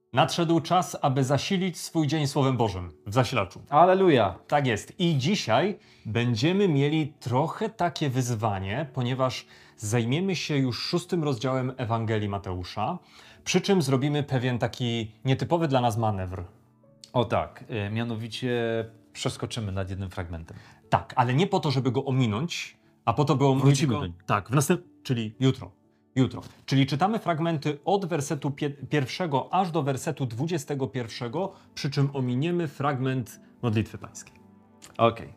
Nadszedł czas, aby zasilić swój dzień Słowem Bożym w zasilaczu. Alleluja! Tak jest. I dzisiaj będziemy mieli trochę takie wyzwanie, ponieważ zajmiemy się już 6 rozdziałem Ewangelii Mateusza, przy czym zrobimy pewien taki nietypowy dla nas manewr. O tak, mianowicie przeskoczymy nad jednym fragmentem. Tak, ale nie po to, żeby go ominąć, a po to, by omówić Wrócimy go... do niego. Tak, czyli jutro. Jutro. Czyli czytamy fragmenty od wersetu 1 aż do wersetu 21, przy czym ominiemy fragment modlitwy pańskiej. Okej.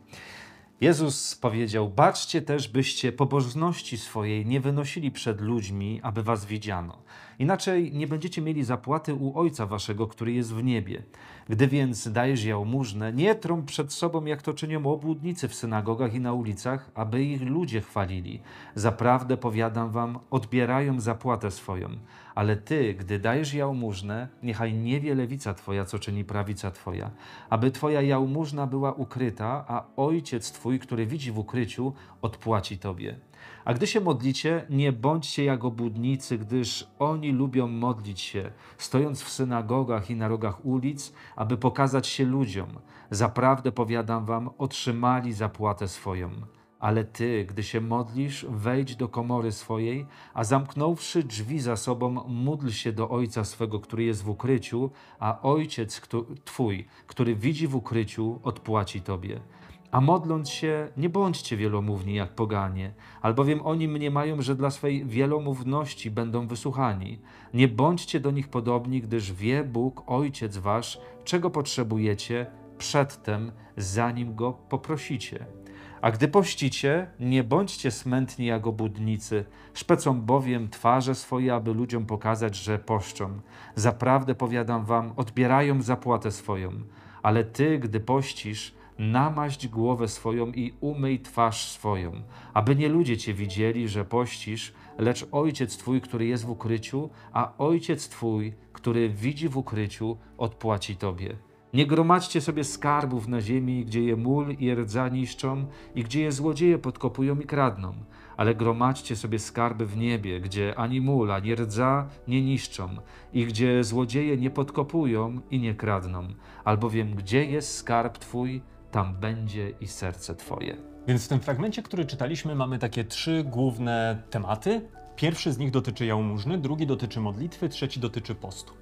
Jezus powiedział, baczcie też, byście pobożności swojej nie wynosili przed ludźmi, aby was widziano. Inaczej nie będziecie mieli zapłaty u Ojca waszego, który jest w niebie. Gdy więc dajesz jałmużnę, nie trąb przed sobą, jak to czynią obłudnicy w synagogach i na ulicach, aby ich ludzie chwalili. Zaprawdę powiadam wam, odbierają zapłatę swoją. Ale ty, gdy dajesz jałmużnę, niechaj nie wie lewica twoja, co czyni prawica twoja, aby twoja jałmużna była ukryta, a Ojciec twój, który widzi w ukryciu, odpłaci tobie. A gdy się modlicie, nie bądźcie jak obłudnicy, gdyż oni lubią modlić się, stojąc w synagogach i na rogach ulic, aby pokazać się ludziom. Zaprawdę powiadam wam, otrzymali zapłatę swoją. Ale ty, gdy się modlisz, wejdź do komory swojej, a zamknąwszy drzwi za sobą, módl się do Ojca swego, który jest w ukryciu, a Ojciec twój, który widzi w ukryciu, odpłaci tobie. A modląc się, nie bądźcie wielomówni jak poganie, albowiem oni mniemają, że dla swej wielomówności będą wysłuchani. Nie bądźcie do nich podobni, gdyż wie Bóg, Ojciec wasz, czego potrzebujecie przedtem, zanim Go poprosicie. A gdy pościcie, nie bądźcie smętni jak obłudnicy, szpecą bowiem twarze swoje, aby ludziom pokazać, że poszczą. Zaprawdę powiadam wam, odbierają zapłatę swoją. Ale ty, gdy pościsz, namaść głowę swoją i umyj twarz swoją, aby nie ludzie cię widzieli, że pościsz, lecz Ojciec twój, który jest w ukryciu, a Ojciec twój, który widzi w ukryciu, odpłaci tobie. Nie gromadźcie sobie skarbów na ziemi, gdzie je mól i rdza niszczą i gdzie je złodzieje podkopują i kradną, ale gromadźcie sobie skarby w niebie, gdzie ani mól, ani rdza nie niszczą i gdzie złodzieje nie podkopują i nie kradną, albowiem gdzie jest skarb twój, tam będzie i serce twoje. Więc w tym fragmencie, który czytaliśmy, mamy takie 3 główne tematy. Pierwszy z nich dotyczy jałmużny, drugi dotyczy modlitwy, trzeci dotyczy postu.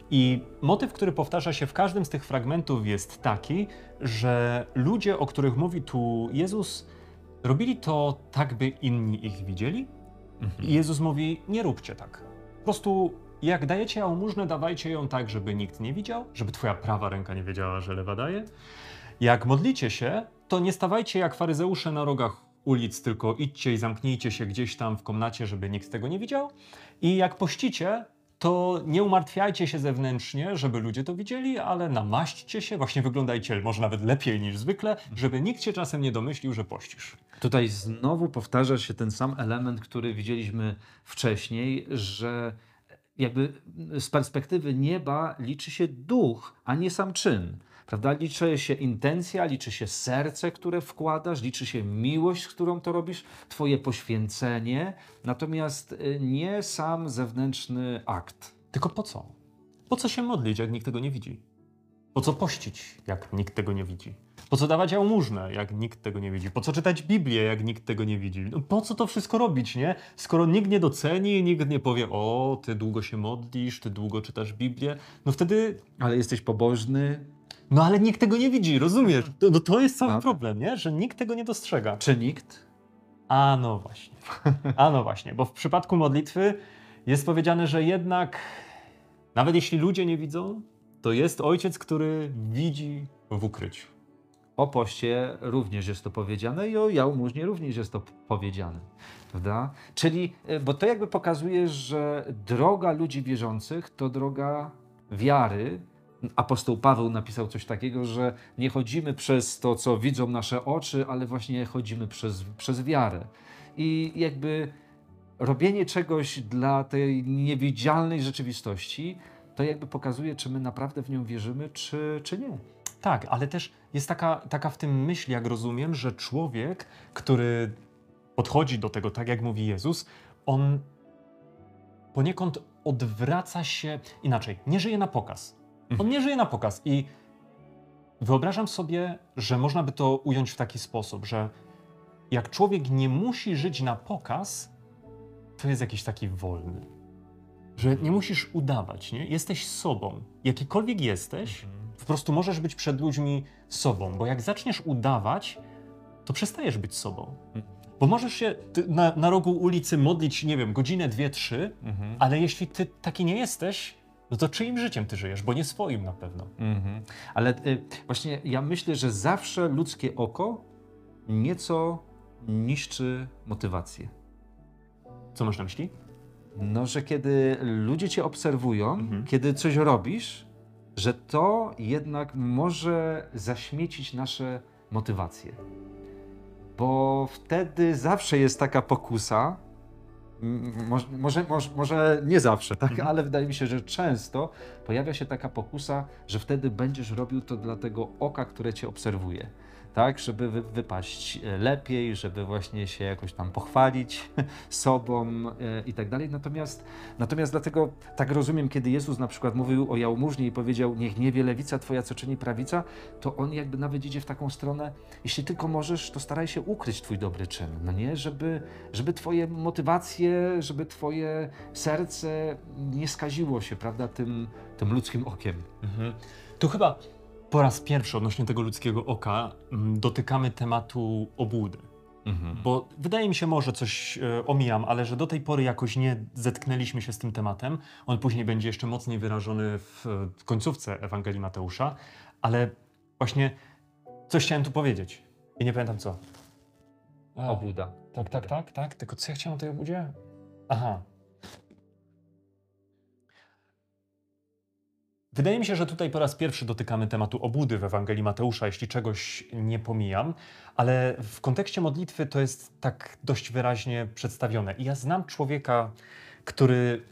I motyw, który powtarza się w każdym z tych fragmentów, jest taki, że ludzie, o których mówi tu Jezus, robili to tak, by inni ich widzieli. I Jezus mówi, nie róbcie tak. Po prostu jak dajecie jałmużnę, dawajcie ją tak, żeby nikt nie widział, żeby twoja prawa ręka nie wiedziała, że lewa daje. Jak modlicie się, to nie stawajcie jak faryzeusze na rogach ulic, tylko idźcie i zamknijcie się gdzieś tam w komnacie, żeby nikt tego nie widział. I jak pościcie, to nie umartwiajcie się zewnętrznie, żeby ludzie to widzieli, ale namaśćcie się, właśnie wyglądajcie może nawet lepiej niż zwykle, żeby nikt się czasem nie domyślił, że pościsz. Tutaj znowu powtarza się ten sam element, który widzieliśmy wcześniej, że jakby z perspektywy nieba liczy się duch, a nie sam czyn. Prawda? Liczy się intencja, liczy się serce, które wkładasz, liczy się miłość, z którą to robisz, twoje poświęcenie, natomiast nie sam zewnętrzny akt. Tylko po co? Po co się modlić, jak nikt tego nie widzi? Po co pościć, jak nikt tego nie widzi? Po co dawać jałmużnę, jak nikt tego nie widzi? Po co czytać Biblię, jak nikt tego nie widzi? No po co to wszystko robić, nie? Skoro nikt nie doceni, nikt nie powie, o, ty długo się modlisz, ty długo czytasz Biblię, no wtedy... Ale jesteś pobożny. No ale nikt tego nie widzi, rozumiesz? No to jest cały problem, nie? Że nikt tego nie dostrzega. Czy nikt? A no właśnie. A no właśnie, bo w przypadku modlitwy jest powiedziane, że jednak, nawet jeśli ludzie nie widzą, to jest Ojciec, który widzi w ukryciu. O poście również jest to powiedziane i o jałmużnie również jest to powiedziane. Prawda? Czyli, bo to jakby pokazuje, że droga ludzi wierzących to droga wiary. Apostoł Paweł napisał coś takiego, że nie chodzimy przez to, co widzą nasze oczy, ale właśnie chodzimy przez wiarę. I jakby robienie czegoś dla tej niewidzialnej rzeczywistości, to jakby pokazuje, czy my naprawdę w nią wierzymy, czy nie. Tak, ale też jest taka w tym myśl, jak rozumiem, że człowiek, który podchodzi do tego, tak jak mówi Jezus, on poniekąd odwraca się inaczej. Nie żyje na pokaz. On nie żyje na pokaz i wyobrażam sobie, że można by to ująć w taki sposób, że jak człowiek nie musi żyć na pokaz, to jest jakiś taki wolny. Że nie musisz udawać, nie? Jesteś sobą. Jakikolwiek jesteś, po prostu możesz być przed ludźmi sobą, bo jak zaczniesz udawać, to przestajesz być sobą. Bo możesz się na rogu ulicy modlić, nie wiem, godzinę, 2, 3, ale jeśli ty taki nie jesteś, no to czyim życiem ty żyjesz? Bo nie swoim na pewno. Ale właśnie ja myślę, że zawsze ludzkie oko nieco niszczy motywację. Co masz na myśli? No, że kiedy ludzie cię obserwują, kiedy coś robisz, że to jednak może zaśmiecić nasze motywacje. Bo wtedy zawsze jest taka pokusa, może nie zawsze, tak? Ale wydaje mi się, że często pojawia się taka pokusa, że wtedy będziesz robił to dla tego oka, które cię obserwuje. Tak, żeby wypaść lepiej, żeby właśnie się jakoś tam pochwalić sobą i tak dalej. Natomiast dlatego tak rozumiem, kiedy Jezus na przykład mówił o jałmużnie i powiedział: niech nie wie lewica twoja, co czyni prawica, to on jakby nawet idzie w taką stronę, jeśli tylko możesz, to staraj się ukryć twój dobry czyn, no nie? Żeby twoje motywacje, żeby twoje serce nie skaziło się, prawda, tym ludzkim okiem. Tu chyba po raz pierwszy odnośnie tego ludzkiego oka dotykamy tematu obłudy. Bo wydaje mi się, może coś omijam, ale że do tej pory jakoś nie zetknęliśmy się z tym tematem. On później będzie jeszcze mocniej wyrażony w końcówce Ewangelii Mateusza, ale właśnie coś chciałem tu powiedzieć i nie pamiętam co. Obłuda. Tak. Tylko co ja chciałem o tej obłudzie? Aha. Wydaje mi się, że tutaj po raz pierwszy dotykamy tematu obłudy w Ewangelii Mateusza, jeśli czegoś nie pomijam, ale w kontekście modlitwy to jest tak dość wyraźnie przedstawione. I ja znam człowieka, który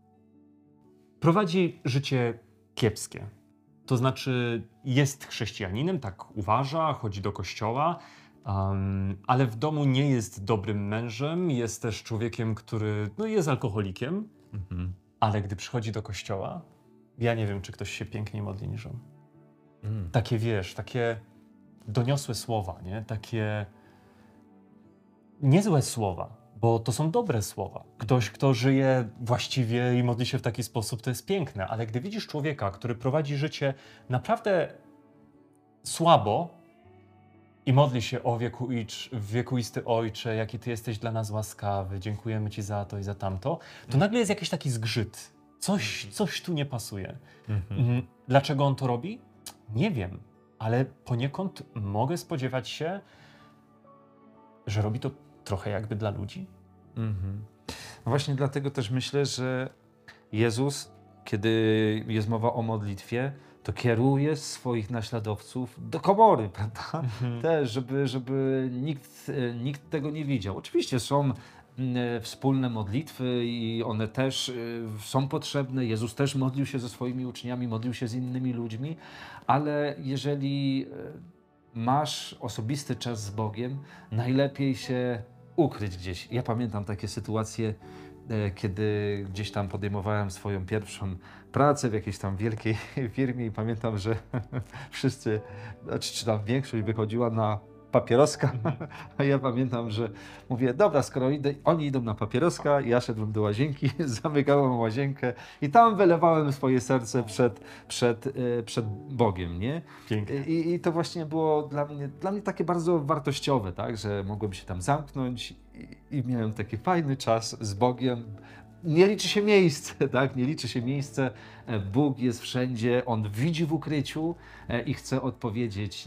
prowadzi życie kiepskie. To znaczy jest chrześcijaninem, tak uważa, chodzi do kościoła, ale w domu nie jest dobrym mężem, jest też człowiekiem, który jest alkoholikiem, ale gdy przychodzi do kościoła, ja nie wiem, czy ktoś się piękniej modli niż on. Takie, wiesz, takie doniosłe słowa, nie? Takie niezłe słowa, bo to są dobre słowa. Ktoś, kto żyje właściwie i modli się w taki sposób, to jest piękne, ale gdy widzisz człowieka, który prowadzi życie naprawdę słabo i modli się: o wiekuisty Ojcze, jaki Ty jesteś dla nas łaskawy, dziękujemy Ci za to i za tamto, to nagle jest jakiś taki zgrzyt. Coś tu nie pasuje. Dlaczego on to robi? Nie wiem, ale poniekąd mogę spodziewać się, że robi to trochę jakby dla ludzi. No właśnie dlatego też myślę, że Jezus, kiedy jest mowa o modlitwie, to kieruje swoich naśladowców do komory, prawda? Też, żeby nikt tego nie widział. Oczywiście są wspólne modlitwy i one też są potrzebne. Jezus też modlił się ze swoimi uczniami, modlił się z innymi ludźmi, ale jeżeli masz osobisty czas z Bogiem, najlepiej się ukryć gdzieś. Ja pamiętam takie sytuacje, kiedy gdzieś tam podejmowałem swoją pierwszą pracę w jakiejś tam wielkiej firmie i pamiętam, że wszyscy, czy tam większość wychodziła na papieroska, a ja pamiętam, że mówię: dobra, skoro oni idą na papieroska, ja szedłem do łazienki, zamykałem łazienkę i tam wylewałem swoje serce przed Bogiem, nie? I to właśnie było dla mnie takie bardzo wartościowe, tak, że mogłem się tam zamknąć i miałem taki fajny czas z Bogiem. Nie liczy się miejsce, tak? Nie liczy się miejsce. Bóg jest wszędzie, On widzi w ukryciu i chce odpowiedzieć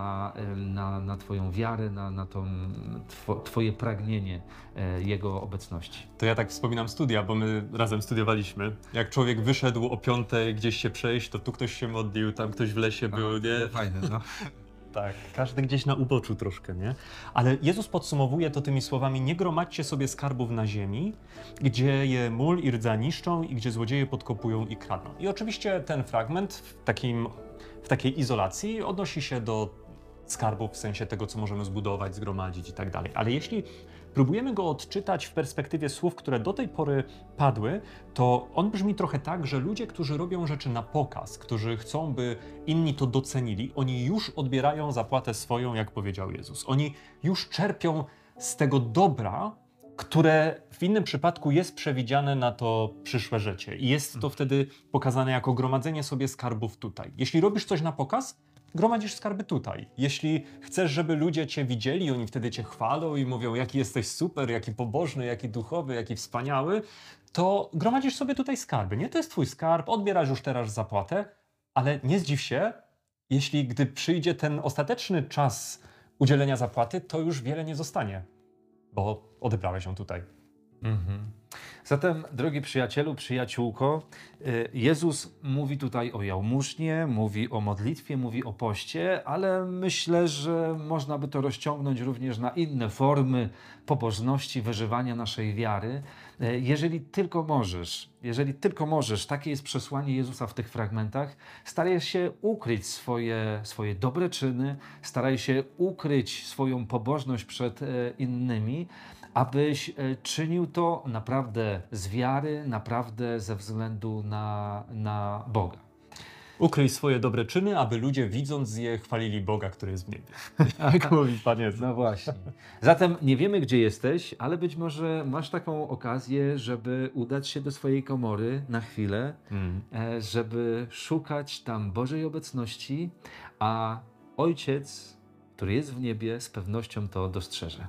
na Twoją wiarę, na Twoje pragnienie Jego obecności. To ja tak wspominam studia, bo my razem studiowaliśmy. Jak człowiek wyszedł o 5:00 gdzieś się przejść, to tu ktoś się modlił, tam ktoś w lesie był, nie? Fajne, no. Tak, każdy gdzieś na uboczu troszkę, nie? Ale Jezus podsumowuje to tymi słowami: nie gromadźcie sobie skarbów na ziemi, gdzie je mól i rdza niszczą i gdzie złodzieje podkopują i kradną. I oczywiście ten fragment w takiej izolacji odnosi się do skarbów w sensie tego, co możemy zbudować, zgromadzić i tak dalej. Ale jeśli próbujemy go odczytać w perspektywie słów, które do tej pory padły, to on brzmi trochę tak, że ludzie, którzy robią rzeczy na pokaz, którzy chcą, by inni to docenili, oni już odbierają zapłatę swoją, jak powiedział Jezus. Oni już czerpią z tego dobra, które w innym przypadku jest przewidziane na to przyszłe życie. I jest to wtedy pokazane jako gromadzenie sobie skarbów tutaj. Jeśli robisz coś na pokaz, gromadzisz skarby tutaj. Jeśli chcesz, żeby ludzie cię widzieli, oni wtedy cię chwalą i mówią, jaki jesteś super, jaki pobożny, jaki duchowy, jaki wspaniały, to gromadzisz sobie tutaj skarby. Nie, to jest twój skarb, odbierasz już teraz zapłatę, ale nie zdziw się, jeśli gdy przyjdzie ten ostateczny czas udzielenia zapłaty, to już wiele nie zostanie, bo odebrałeś ją tutaj. Zatem, drogi przyjacielu, przyjaciółko, Jezus mówi tutaj o jałmużnie, mówi o modlitwie, mówi o poście, ale myślę, że można by to rozciągnąć również na inne formy pobożności, wyżywania naszej wiary. Jeżeli tylko możesz, takie jest przesłanie Jezusa w tych fragmentach, staraj się ukryć swoje dobre czyny, staraj się ukryć swoją pobożność przed innymi, abyś czynił to naprawdę z wiary, naprawdę ze względu na Boga. Ukryj swoje dobre czyny, aby ludzie widząc je chwalili Boga, który jest w niebie. Jak mówi Pan Jezus. No właśnie. Zatem nie wiemy, gdzie jesteś, ale być może masz taką okazję, żeby udać się do swojej komory na chwilę, żeby szukać tam Bożej obecności, a Ojciec, który jest w niebie, z pewnością to dostrzeże.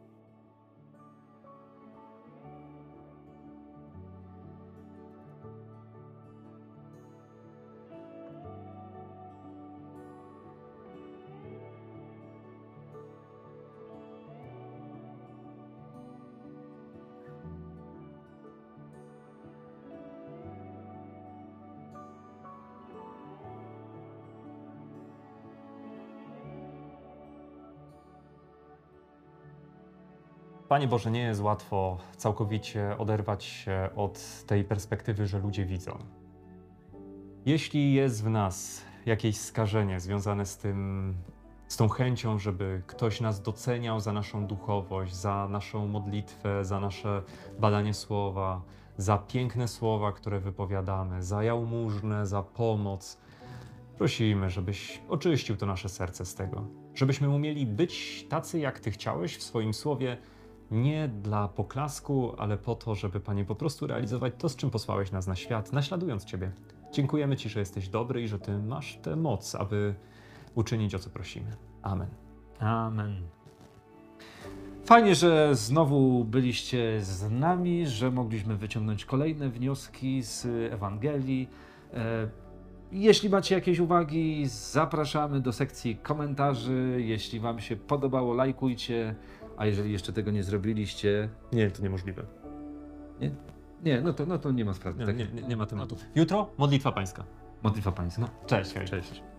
Panie Boże, nie jest łatwo całkowicie oderwać się od tej perspektywy, że ludzie widzą. Jeśli jest w nas jakieś skażenie związane z tą chęcią, żeby ktoś nas doceniał za naszą duchowość, za naszą modlitwę, za nasze badanie słowa, za piękne słowa, które wypowiadamy, za jałmużnę, za pomoc, prosimy, żebyś oczyścił to nasze serce z tego. Żebyśmy umieli być tacy, jak Ty chciałeś w swoim słowie, nie dla poklasku, ale po to, żeby, Panie, po prostu realizować to, z czym posłałeś nas na świat, naśladując Ciebie. Dziękujemy Ci, że jesteś dobry i że Ty masz tę moc, aby uczynić, o co prosimy. Amen. Amen. Fajnie, że znowu byliście z nami, że mogliśmy wyciągnąć kolejne wnioski z Ewangelii. Jeśli macie jakieś uwagi, zapraszamy do sekcji komentarzy. Jeśli Wam się podobało, lajkujcie. A jeżeli jeszcze tego nie zrobiliście... Nie, to niemożliwe. Nie? Nie, no to nie ma sprawy. Nie ma tematu. Jutro modlitwa pańska. Modlitwa pańska. Cześć. Hej. Cześć.